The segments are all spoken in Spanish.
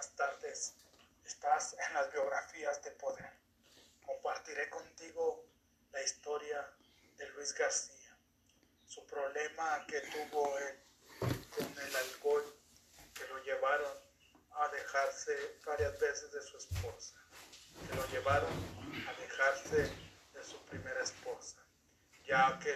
buenas tardes. Estás en las biografías de poder. Compartiré contigo la historia de Luis García, su problema que tuvo él con el alcohol, que lo llevaron a dejarse varias veces de su esposa, que lo llevaron a dejarse de su primera esposa, ya que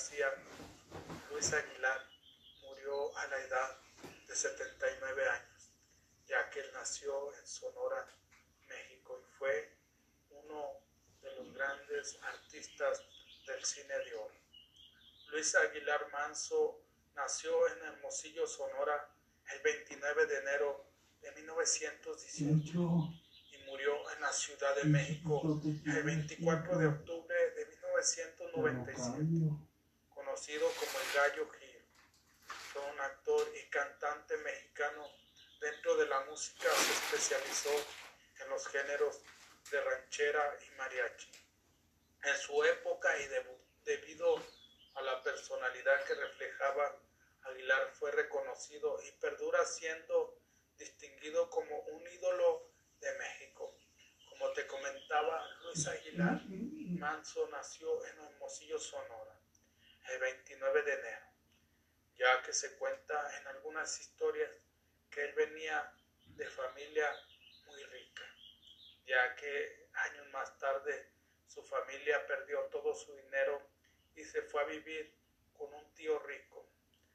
Luis Aguilar murió a la edad de 79 años, ya que él nació en Sonora, México, y fue uno de los grandes artistas del cine de oro. Luis Aguilar Manso nació en Hermosillo, Sonora, el 29 de enero de 1918 y murió en la Ciudad de México el 24 de octubre de 1997, conocido como el Gallo Giro. Fue un actor y cantante mexicano. Dentro de la música se especializó en los géneros de ranchera y mariachi. En su época y debido a la personalidad que reflejaba, Aguilar fue reconocido y perdura siendo distinguido como un ídolo de México. Como te comentaba, Luis Aguilar Manso nació en Hermosillo, Sonora, el 29 de enero, ya que se cuenta en algunas historias que él venía de familia muy rica, ya que años más tarde su familia perdió todo su dinero y se fue a vivir con un tío rico.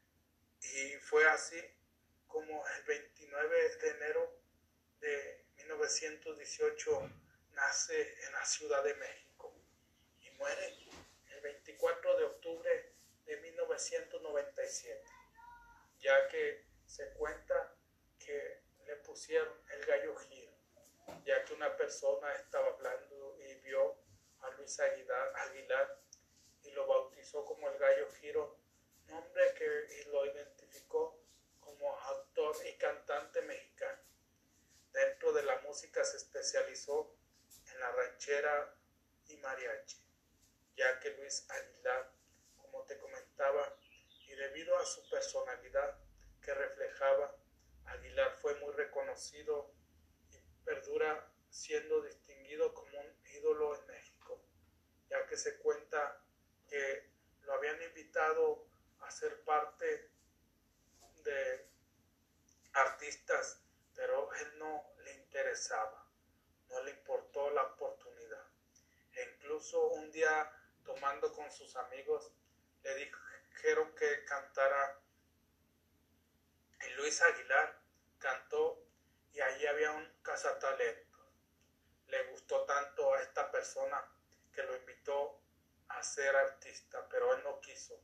Y fue así como el 29 de enero de 1918 nace en la Ciudad de México y muere el 24 de octubre de 1997, ya que se cuenta que le pusieron el Gallo Giro, ya que una persona estaba hablando y vio a Luis Aguilar y lo bautizó como el Gallo Giro, nombre que lo identificó como actor y cantante mexicano. Dentro de la música se especializó en la ranchera y mariachi, ya que Luis Aguilar, como te comentaba, y debido a su personalidad que reflejaba, Aguilar fue muy reconocido y perdura siendo distinguido como un ídolo en México, ya que se cuenta que lo habían invitado a ser parte de artistas, pero él no le interesaba, no le importó la oportunidad. E incluso un día, tomando con sus amigos, le dijeron que cantara, y Luis Aguilar cantó, y allí había un cazatalentos. Le gustó tanto a esta persona que lo invitó a ser artista, pero él no quiso.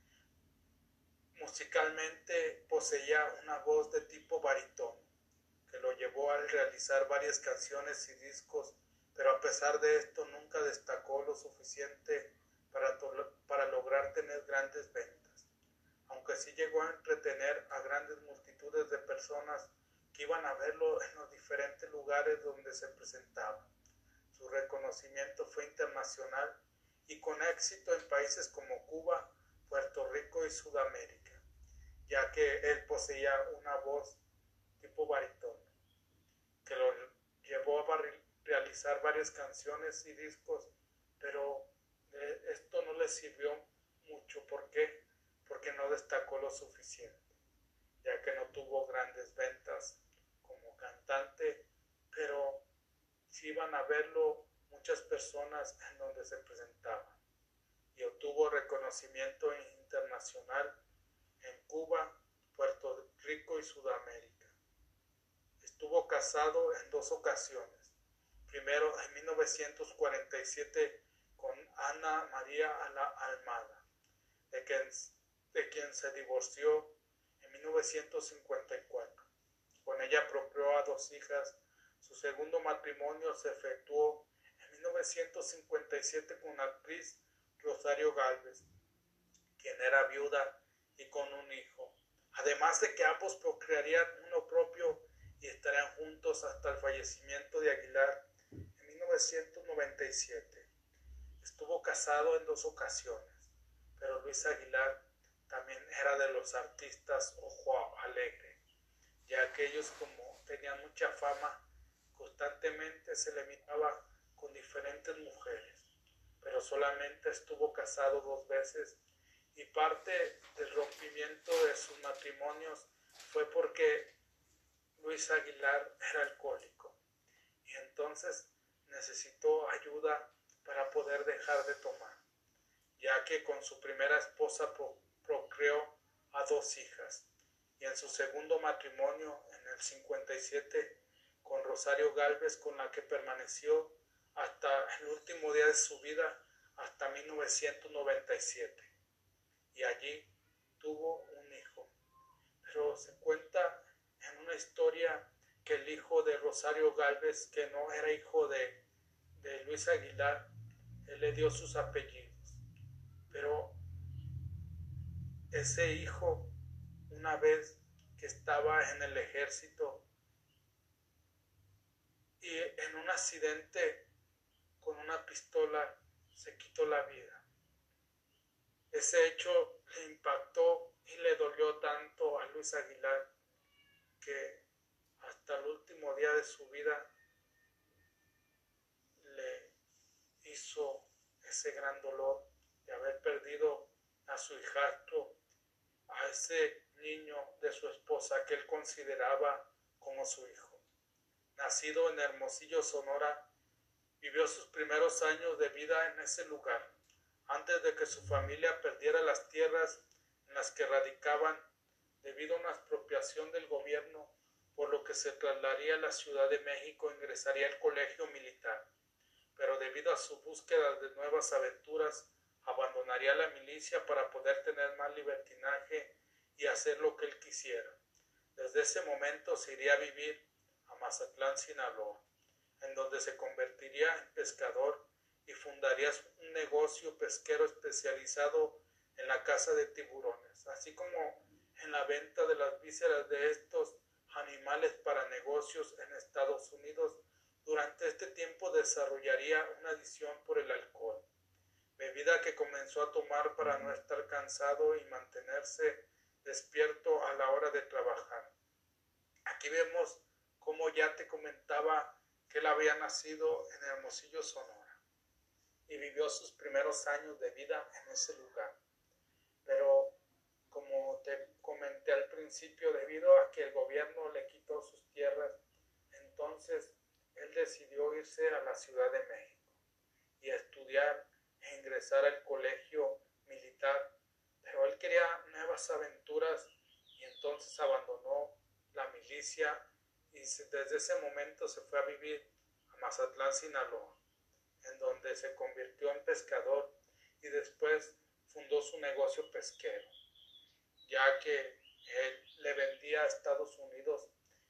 Musicalmente poseía una voz de tipo barítono, que lo llevó a realizar varias canciones y discos, pero a pesar de esto nunca destacó lo suficiente para lograr tener grandes ventas, aunque sí llegó a entretener a grandes multitudes de personas que iban a verlo en los diferentes lugares donde se presentaba. Su reconocimiento fue internacional y con éxito en países como Cuba, Puerto Rico y Sudamérica, ya que él poseía una voz tipo barítono, que lo llevó a realizar varias canciones y discos, pero esto no le sirvió mucho. ¿Por qué? Porque no destacó lo suficiente, ya que no tuvo grandes ventas como cantante, pero sí iban a verlo muchas personas en donde se presentaba, y obtuvo reconocimiento internacional en Cuba, Puerto Rico y Sudamérica. Estuvo casado en 2 ocasiones. Primero en 1947 con Ana María Almada, de quien se divorció en 1954. Con ella procreó a 2 hijas. Su segundo matrimonio se efectuó en 1957 con la actriz Rosario Gálvez, quien era viuda y con un hijo. Además de que ambos procrearían uno propio y estarían juntos hasta el fallecimiento de Aguilar en 1997. Estuvo casado en 2 ocasiones, pero Luis Aguilar también era de los artistas ojo alegre, ya que ellos, como tenían mucha fama, constantemente se le miraba con diferentes mujeres, pero solamente estuvo casado 2 veces y parte del rompimiento de sus matrimonios fue porque Luis Aguilar era alcohólico y entonces necesitó ayuda para poder dejar de tomar, ya que con su primera esposa procreó a 2 hijas y en su segundo matrimonio en el 57 con Rosario Gálvez, con la que permaneció hasta el último día de su vida, hasta 1997, y allí tuvo un hijo. Pero se cuenta en una historia que el hijo de Rosario Gálvez, que no era hijo de Luis Aguilar, él le dio sus apellidos, pero ese hijo, una vez que estaba en el ejército y en un accidente con una pistola se quitó la vida. Ese hecho le impactó y le dolió tanto a Luis Aguilar que hasta el último día de su vida le hizo ese gran dolor de haber perdido a su hijastro, a ese niño de su esposa que él consideraba como su hijo. Nacido en Hermosillo, Sonora, vivió sus primeros años de vida en ese lugar, antes de que su familia perdiera las tierras en las que radicaban debido a una expropiación del gobierno, por lo que se trasladaría a la Ciudad de México e ingresaría al colegio militar. Pero debido a su búsqueda de nuevas aventuras, abandonaría la milicia para poder tener más libertinaje y hacer lo que él quisiera. Desde ese momento se iría a vivir a Mazatlán, Sinaloa, en donde se convertiría en pescador y fundaría un negocio pesquero especializado en la caza de tiburones, así como en la venta de las vísceras de estos animales para negocios en Estados Unidos. Durante este tiempo desarrollaría una adicción por el alcohol, bebida que comenzó a tomar para no estar cansado y mantenerse despierto a la hora de trabajar. Aquí vemos como ya te comentaba que él había nacido en Hermosillo, Sonora, y vivió sus primeros años de vida en ese lugar. Pero como te comenté al principio, debido a que el gobierno le quitó sus tierras, entonces él decidió irse a la Ciudad de México y estudiar e ingresar al colegio militar. Pero él quería nuevas aventuras y entonces abandonó la milicia y desde ese momento se fue a vivir a Mazatlán, Sinaloa, en donde se convirtió en pescador y después fundó su negocio pesquero, ya que él le vendía a Estados Unidos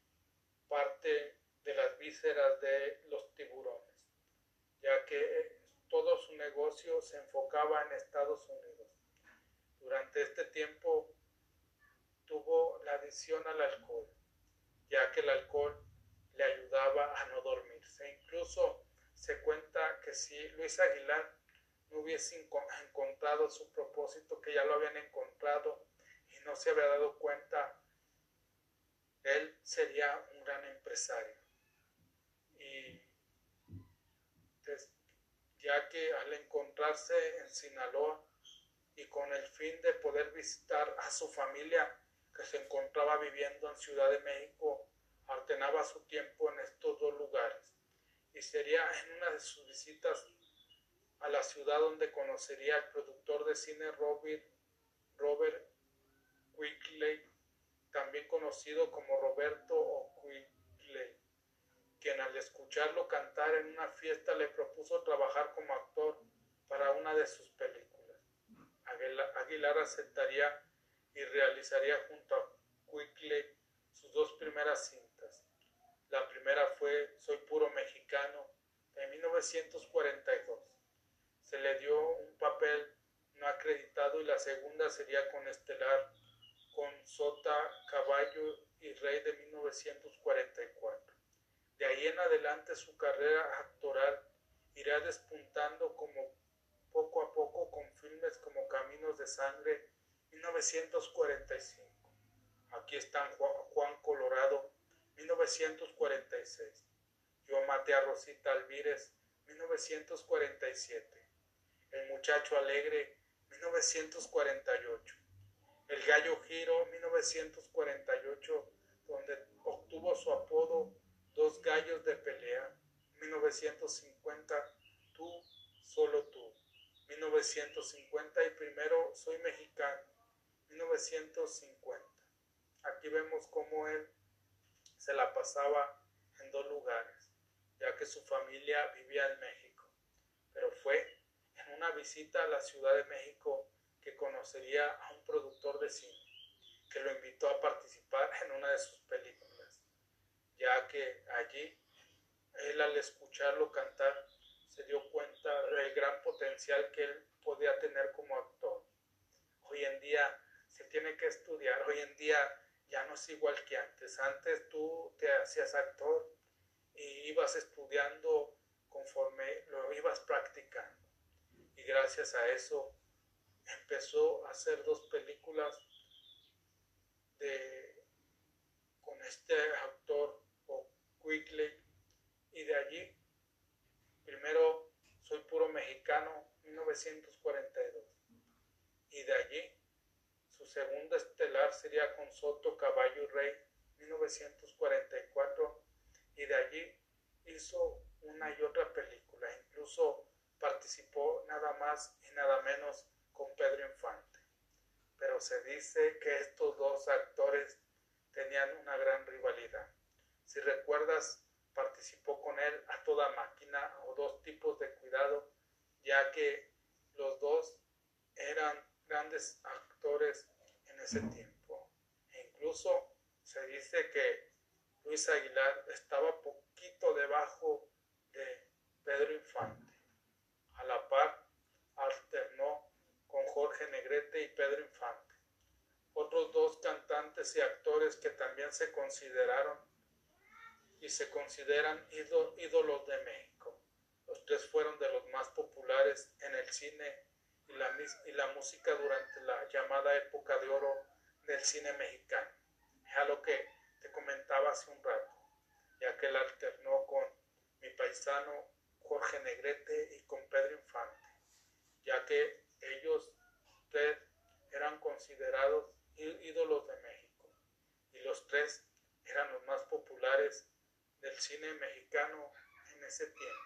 parte de las vísceras de los tiburones, ya que todo su negocio se enfocaba en Estados Unidos. Durante este tiempo tuvo la adicción al alcohol, ya que el alcohol le ayudaba a no dormirse. Incluso se cuenta que si Luis Aguilar no hubiese encontrado su propósito, que ya lo habían encontrado y no se había dado cuenta, él sería un gran empresario. Y ya que al encontrarse en Sinaloa y con el fin de poder visitar a su familia que se encontraba viviendo en Ciudad de México, alternaba su tiempo en estos dos lugares. Y sería en una de sus visitas a la ciudad donde conocería al productor de cine Robert Quigley, también conocido como Roberto O. Quigley, quien al escucharlo cantar en una fiesta le propuso trabajar como actor para una de sus películas. Aguilar aceptaría y realizaría junto a Quigley sus dos primeras cintas. La primera fue Soy puro mexicano, en 1942. Se le dio un papel no acreditado y la segunda sería con estelar con Sota, Caballo y Rey de 1944. De ahí en adelante su carrera actoral irá despuntando como poco a poco con filmes como Caminos de Sangre, 1945. Aquí están Juan Colorado, 1946. Yo maté a Rosita Alvírez, 1947. El muchacho alegre, 1948. El gallo Giro, 1948, donde obtuvo su apodo Dos gallos de pelea. 1950, Tú, solo tú. 1950 y primero Soy mexicano. 1950. Aquí vemos cómo él se la pasaba en dos lugares, ya que su familia vivía en México. Pero fue en una visita a la Ciudad de México que conocería a un productor de cine, que lo invitó a participar en una de sus películas, ya que allí él, al escucharlo cantar, se dio cuenta del gran potencial que él podía tener como actor. Hoy en día se tiene que estudiar, hoy en día ya no es igual que antes. Antes tú te hacías actor y ibas estudiando conforme lo ibas practicando. Y gracias a eso empezó a hacer dos películas con este actor Quigley, y de allí primero Soy puro mexicano, 1942, y de allí su segunda estelar sería con Soto, Caballo y Rey, 1944, y de allí hizo una y otra película. Incluso participó nada más y nada menos con Pedro Infante. Pero se dice que estos dos actores tenían una gran rivalidad. Si recuerdas, participó con él a toda máquina o Dos tipos de cuidado, ya que los dos eran grandes actores en ese tiempo. E incluso se dice que Luis Aguilar estaba poquito debajo de Pedro Infante. A la par alternó con Jorge Negrete y Pedro Infante, otros dos cantantes y actores que también se consideraron y se consideran ídolos de México. Los tres fueron de los más populares en el cine y la música durante la llamada época de oro del cine mexicano. Es a lo que te comentaba hace un rato, ya que él alternó con mi paisano Jorge Negrete y con Pedro Infante, ya que ellos tres eran considerados ídolos de México y los tres eran los más populares del cine mexicano en ese tiempo,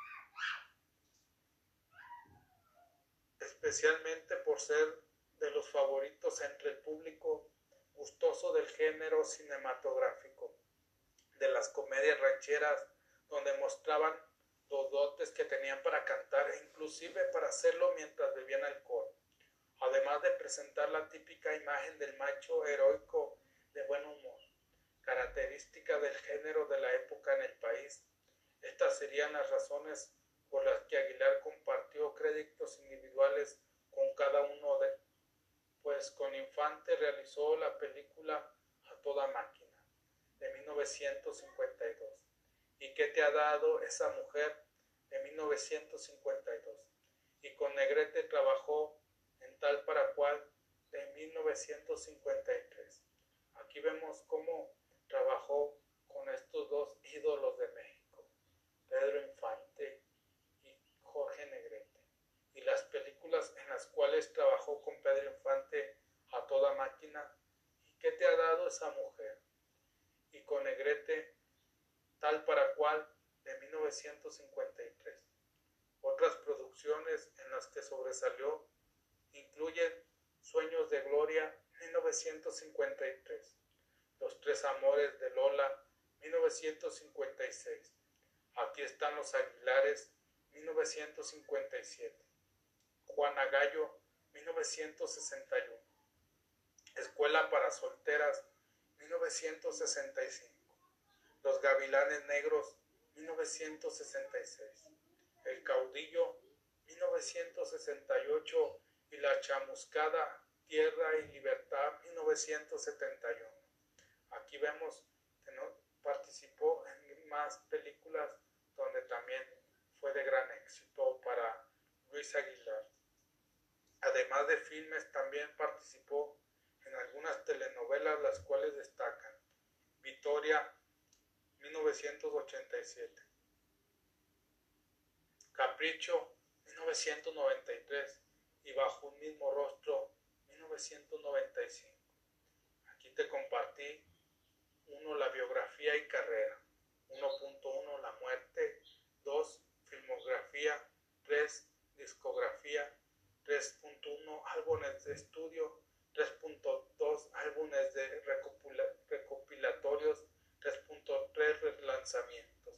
especialmente por ser de los favoritos entre el público gustoso del género cinematográfico, de las comedias rancheras, donde mostraban los dotes que tenían para cantar e inclusive para hacerlo mientras bebían alcohol, además de presentar la típica imagen del macho heroico de buen humor, característica del género de la época en el país. Estas serían las razones por las que Aguilar compartió créditos individuales con cada uno de, pues con Infante realizó la película A Toda Máquina de 1952 y ¿Qué te ha dado esa mujer? De 1952, y con Negrete trabajó en Tal para Cual de 1953. Aquí vemos cómo trabajó con estos dos ídolos de México, Pedro Infante y Jorge Negrete, y las películas en las cuales trabajó con Pedro Infante, A Toda Máquina y ¿Qué te ha dado esa mujer? Y con Negrete, Tal para Cual de 1953. Otras producciones en las que sobresalió incluyen Sueños de Gloria, 1953, Los Tres Amores de Lola, 1956, Aquí están los Aguilares, 1957, Juana Gallo, 1961, Escuela para Solteras, 1965, Los Gavilanes Negros, 1966, El Caudillo, 1968 y La Chamuscada, Tierra y Libertad, 1971. Aquí vemos que no participó en más películas donde también fue de gran éxito para Luis Aguilar. Además de filmes, también participó en algunas telenovelas, las cuales destacan Victoria, 1987. Capricho, 1993. Y Bajo un mismo rostro, 1995. Aquí te compartí 1. La biografía y carrera. 1.1. La muerte. 2. Filmografía. 3. Discografía. 3.1. Álbumes de estudio. 3.2. Álbumes de recopilatorios. 3.3. Relanzamientos.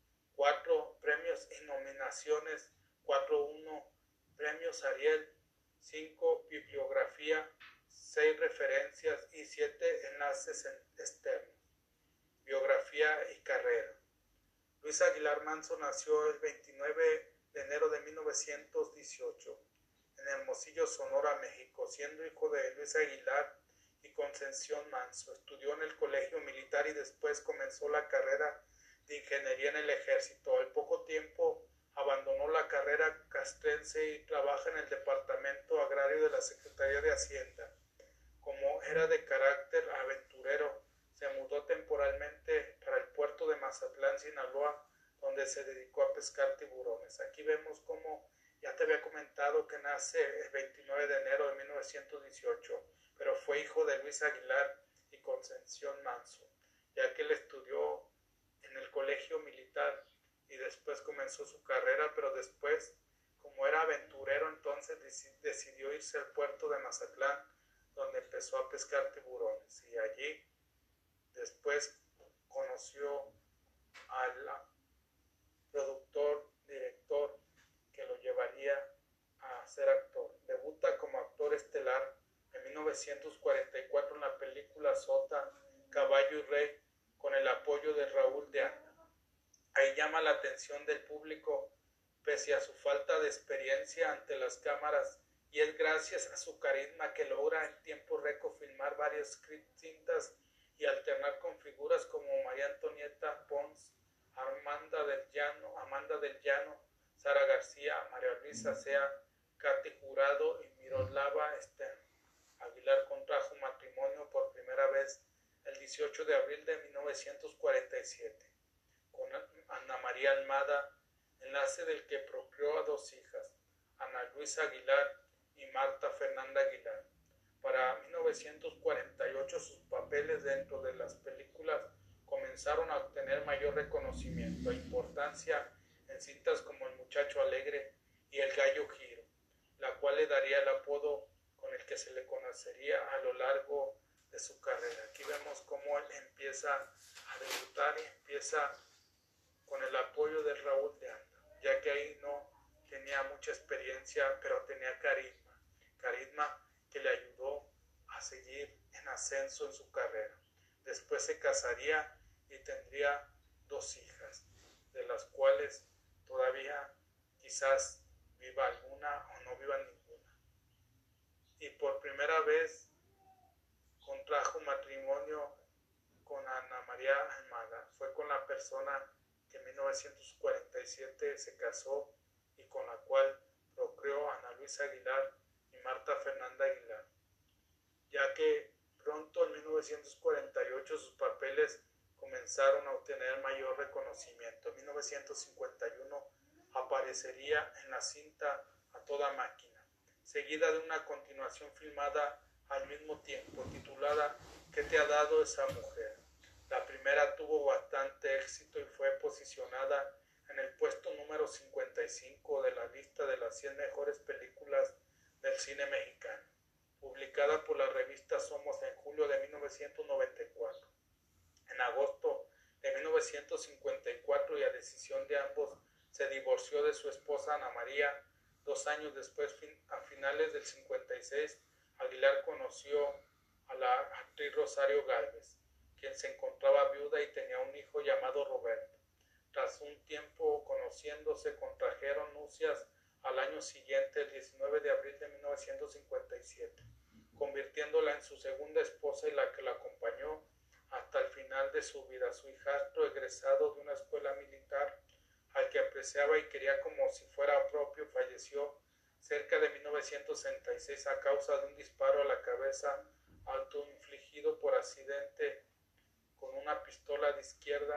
4. Premios y nominaciones. 4.1. Premios Ariel. 5. Bibliografía. 6. Referencias y 7. Enlaces externos. Biografía y carrera. Luis Aguilar Manso nació el 29 de enero de 1918 en Hermosillo, Sonora, México, siendo hijo de Luis Aguilar y Concepción Manso. Estudió en el colegio militar y después comenzó la carrera de ingeniería en el ejército. Al poco tiempo abandonó la carrera castrense y trabaja en el departamento agrario de la Secretaría de Hacienda. Como era de carácter aventurero, se mudó temporalmente para el puerto de Mazatlán, Sinaloa, donde se dedicó a pescar tiburones. Aquí vemos cómo ya te había comentado que nace el 29 de enero de 1918, pero fue hijo de Luis Aguilar y Concepción Manso, ya que él estudió en el colegio militar y después comenzó su carrera, pero después, como era aventurero, entonces decidió irse al puerto de Mazatlán, donde empezó a pescar tiburones, y allí después conoció al productor, director, que lo llevaría a ser actor. Debuta como actor estelar en 1944 en la película Sota, Caballo y Rey, con el apoyo de Raúl de Anda. Ahí llama la atención del público pese a su falta de experiencia ante las cámaras, y es gracias a su carisma que logra en tiempo récord filmar varias cintas y alternar con figuras como María Antonieta Pons, Amanda del Llano, Sara García, María Luisa Sea, Katy Jurado y Miroslava Stern. Aguilar contrajo matrimonio por primera vez el 18 de abril de 1947 con Ana María Almada, enlace del que procreó a 2 hijas, Ana Luisa Aguilar y Marta Fernanda Aguilar. Para 1948 sus papeles dentro de las películas comenzaron a obtener mayor reconocimiento e importancia en cintas como El Muchacho Alegre y El Gallo Giro, la cual le daría el apodo con el que se le conocería a lo largo de su carrera. Aquí vemos cómo él empieza a debutar y empieza con el apoyo de Raúl de Anda, ya que ahí no tenía mucha experiencia, pero tenía carisma que le ayudó a seguir en ascenso en su carrera. Después se casaría y tendría 2 hijas, de las cuales todavía quizás viva alguna o no viva ninguna. Y por primera vez contrajo matrimonio con Ana María Almada. Fue con la persona que en 1947 se casó y con la cual procreó Ana Luisa Aguilar y Marta Fernanda Aguilar, ya que pronto en 1948 sus papeles comenzaron a obtener mayor reconocimiento. En 1951 aparecería en la cinta A Toda Máquina, seguida de una continuación filmada al mismo tiempo, titulada ¿Qué te ha dado esa mujer? La primera tuvo bastante éxito y fue posicionada en el puesto número 55 de la lista de las 100 mejores películas del cine mexicano, publicada por la revista Somos en julio de 1994. En agosto de 1954, y a decisión de ambos, se divorció de su esposa Ana María. 2 años después, a finales del 56, Aguilar conoció a la actriz Rosario Gálvez, quien se encontraba viuda y tenía un hijo llamado Roberto. Tras un tiempo conociéndose, contrajeron nupcias al año siguiente, el 19 de abril de 1957, convirtiéndola en su segunda esposa y la que la acompañó hasta el final de su vida. Su hijastro, egresado de una escuela militar, al que apreciaba y quería como si fuera propio, falleció cerca de 1966 a causa de un disparo a la cabeza autoinfligido por accidente con una pistola de izquierda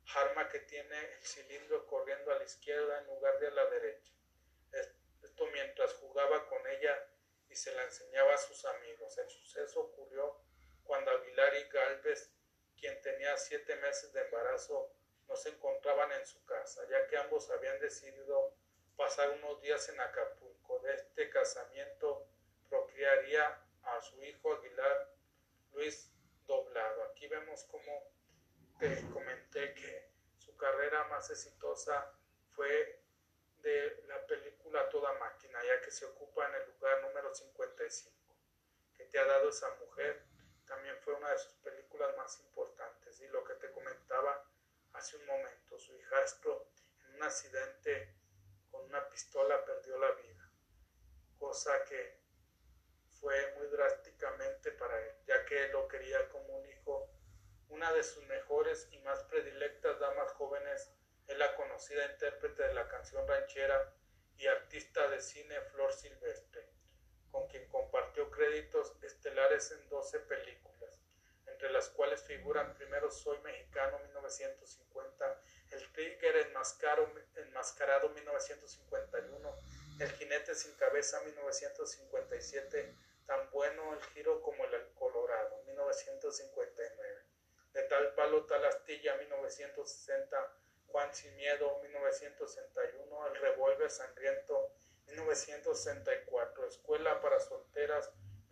arma que tiene el cilindro corriendo a la izquierda en lugar de a la derecha. Esto mientras jugaba con ella y se la enseñaba a sus amigos. El suceso ocurrió cuando Aguilar y Gálvez, quien tenía 7 meses de embarazo, no se encontraban en su casa, ya que ambos habían decidido pasar unos días en Acapulco. De este casamiento procrearía a su hijo Aguilar Luis Doblado. Aquí vemos como te comenté que su carrera más exitosa fue de la película Toda Máquina, ya que se ocupa en el lugar número 55. Que te ha dado esa mujer también fue una de sus películas más importantes. Y lo que te comentaba hace un momento, su hijastro en un accidente con una pistola perdió la vida, cosa que fue muy drásticamente para él, ya que él lo quería como un hijo. Una de sus mejores y más predilectas damas jóvenes es la conocida intérprete de la canción ranchera y artista de cine Flor Silvestre, con quien compartió créditos estelares en 12 películas, entre las cuales figuran primero Soy Mexicano 1950, El Tigre Enmascarado 1951, El Jinete Sin Cabeza 1957, Tan Bueno el Giro como el Colorado 1959, De Tal Palo Tal Astilla 1960, Juan Sin Miedo 1961, El Revólver Sangriento 1964, Escuela para Solteras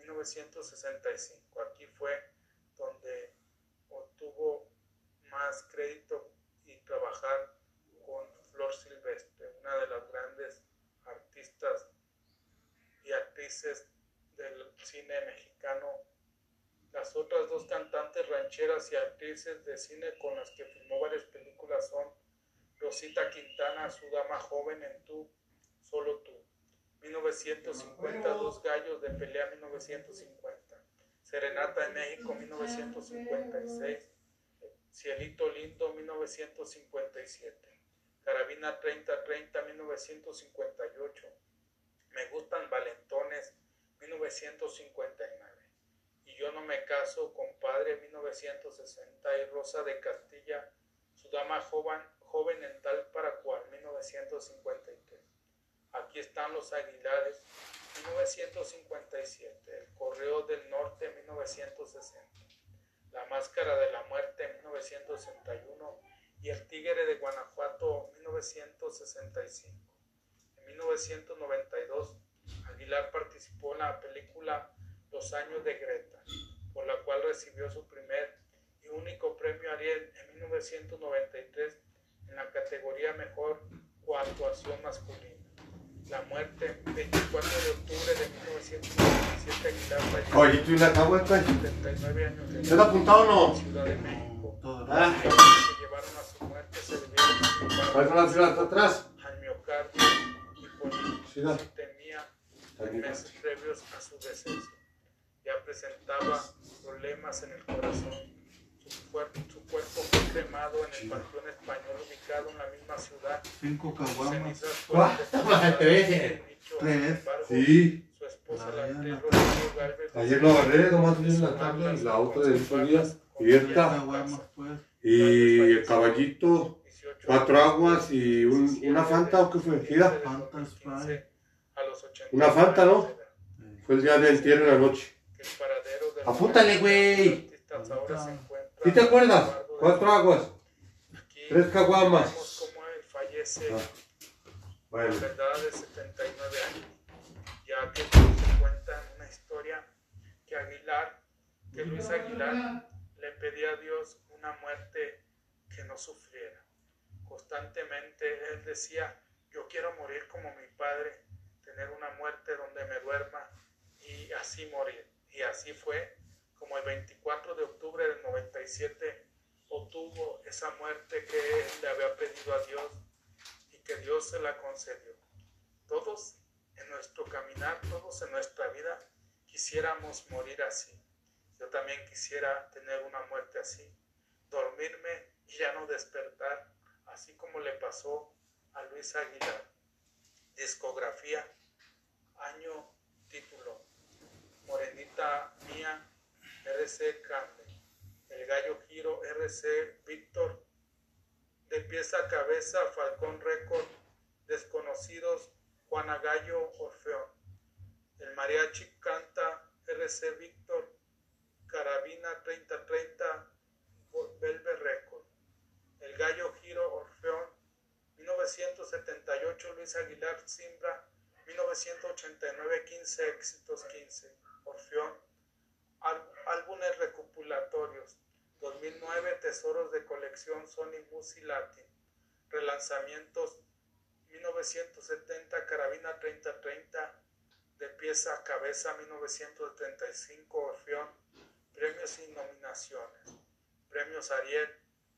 1965. Aquí fue donde obtuvo más crédito y trabajar con Flor Silvestre, una de las grandes artistas y actrices del cine mexicano. Las otras dos cantantes rancheras y actrices de cine con las que filmó varias películas son Rosita Quintana, Su Dama Joven en Tú, Solo Tú, 1950, Dos Gallos de Pelea 1950, Serenata de México 1956, Cielito Lindo 1957, Carabina 3030 1958, Me Gustan Valentones 1959, Y Yo No Me Caso, Compadre 1960, y Rosa de Castilla, Su Dama Joven en Tal para Cual 1953. Aquí están Los Aguilares 1957, El Correo del Norte 1960, La Máscara de la Muerte 1961 y El Tigre de Guanajuato 1965. En 1992, Aguilar participó en la película Los Años de Greta, por la cual recibió su primer y único premio Ariel en 1993 en la categoría Mejor Coactuación Masculina. La muerte, 24 de octubre de 1997, Aguilar falleció. Oye, ¿tú la acabo 79 años de edad? ¿Te apuntado o no? Ciudad de México. Ah. Los que llevaron a su muerte se debieron ¿Cuál es la fila hasta atrás? al miocardio y politemia en meses previos a su deceso. Ya presentaba problemas en el corazón. Su cuerpo fue cremado en el Panteón Español ubicado en la misma ciudad. 5 caguamas. Sí. Su esposa, la actriz Rocío Gálvez, Ayer lo agarré, nomás vi en la tabla y la otra del otro día abierta. Y el caballito, 4 aguas y una Fanta, ¿o qué fue? ¿Gira? Fanta Sprite. Una Fanta, ¿no? Fue el día de entierro en la noche. Apúntale, güey. ¿Sí te acuerdas? 4 aguas, 3 caguamas. Como él fallece Bueno. a la edad de 79 años, ya que se cuenta en una historia que Luis Aguilar le pedía a Dios una muerte que no sufriera. Constantemente él decía, yo quiero morir como mi padre, tener una muerte donde me duerma y así morir. Y así fue como el 24 de octubre del 97 obtuvo esa muerte que él le había pedido a Dios y que Dios se la concedió. Todos en nuestro caminar, todos en nuestra vida quisiéramos morir así. Yo también quisiera tener una muerte así, dormirme y ya no despertar, así como le pasó a Luis Aguilar. Discografía, año, título, Morenita Mía, RC Cande, El Gallo Giro, RC Víctor, De pies a cabeza, Falcón Record, Desconocidos, Juana Gallo, Orfeón. El mariachi canta, RC Víctor, Carabina 3030, Velvet Record. El gallo Giro, Orfeón. 1978, Luis Aguilar Simbra. 1989, 15 éxitos 15, Orfeón. Álbumes recopilatorios. 2009, Tesoros de colección Sony Music Latin. Relanzamientos. 1970, Carabina 3030, De pies a cabeza. 1975, Orfeón. Premios y nominaciones. Premios Ariel.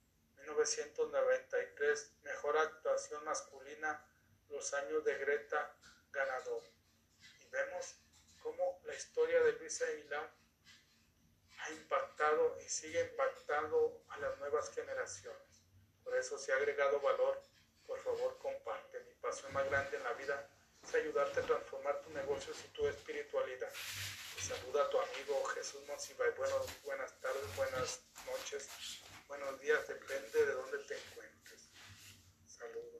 1993, Mejor Actuación Masculina, Los años de Greta, ganador. Y vemos cómo la historia de Luis Aguilar ha impactado y sigue impactando a las nuevas generaciones. Por eso, si ha agregado valor, por favor comparte. Mi pasión más grande en la vida es ayudarte a transformar tus negocios y tu espiritualidad. Te saluda tu amigo Jesús Monsiváis. Buenas tardes, buenas